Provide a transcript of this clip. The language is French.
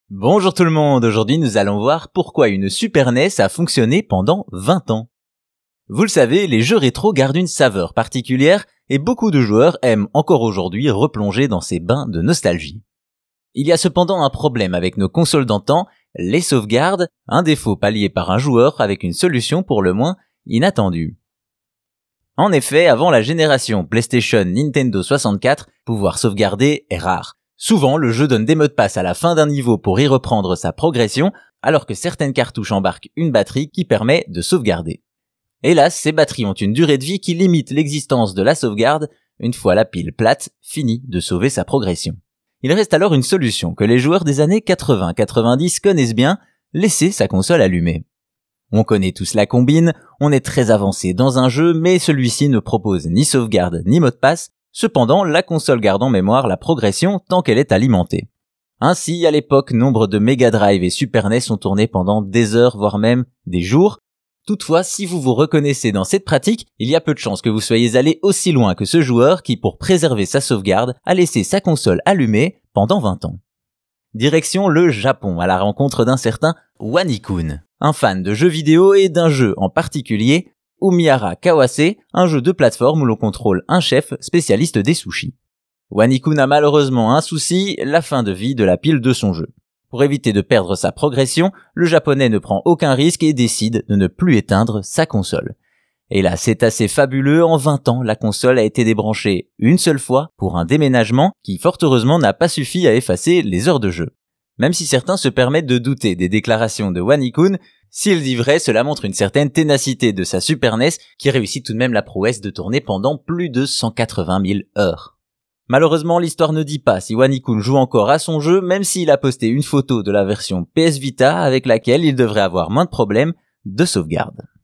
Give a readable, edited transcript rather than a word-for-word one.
Bonjour tout le monde, aujourd'hui nous allons voir pourquoi une Super NES a fonctionné pendant 20 ans. Vous le savez, les jeux rétro gardent une saveur particulière et beaucoup de joueurs aiment encore aujourd'hui replonger dans ces bains de nostalgie. Il y a cependant un problème avec nos consoles d'antan, les sauvegardes, un défaut pallié par un joueur avec une solution pour le moins inattendue. En effet, avant la génération PlayStation Nintendo 64, pouvoir sauvegarder est rare. Souvent, le jeu donne des mots de passe à la fin d'un niveau pour y reprendre sa progression, alors que certaines cartouches embarquent une batterie qui permet de sauvegarder. Hélas, ces batteries ont une durée de vie qui limite l'existence de la sauvegarde une fois la pile plate finie de sauver sa progression. Il reste alors une solution que les joueurs des années 80-90 connaissent bien, laisser sa console allumée. On connaît tous la combine, on est très avancé dans un jeu, mais celui-ci ne propose ni sauvegarde ni mot de passe. Cependant, la console garde en mémoire la progression tant qu'elle est alimentée. Ainsi, à l'époque, nombre de Mega Drive et Super NES ont tourné pendant des heures, voire même des jours. Toutefois, si vous vous reconnaissez dans cette pratique, il y a peu de chances que vous soyez allé aussi loin que ce joueur qui, pour préserver sa sauvegarde, a laissé sa console allumée pendant 20 ans. Direction le Japon, à la rencontre d'un certain Wani-kun, un fan de jeux vidéo et d'un jeu en particulier, Umihara Kawase, un jeu de plateforme où l'on contrôle un chef spécialiste des sushis. Wani-kun a malheureusement un souci, la fin de vie de la pile de son jeu. Pour éviter de perdre sa progression, le japonais ne prend aucun risque et décide de ne plus éteindre sa console. Et là, c'est assez fabuleux, en 20 ans, la console a été débranchée une seule fois pour un déménagement qui fort heureusement n'a pas suffi à effacer les heures de jeu. Même si certains se permettent de douter des déclarations de Wani-kun, s'il dit vrai, cela montre une certaine ténacité de sa Super NES qui réussit tout de même la prouesse de tourner pendant plus de 180 000 heures. Malheureusement, l'histoire ne dit pas si Wani-kun joue encore à son jeu, même s'il a posté une photo de la version PS Vita avec laquelle il devrait avoir moins de problèmes de sauvegarde.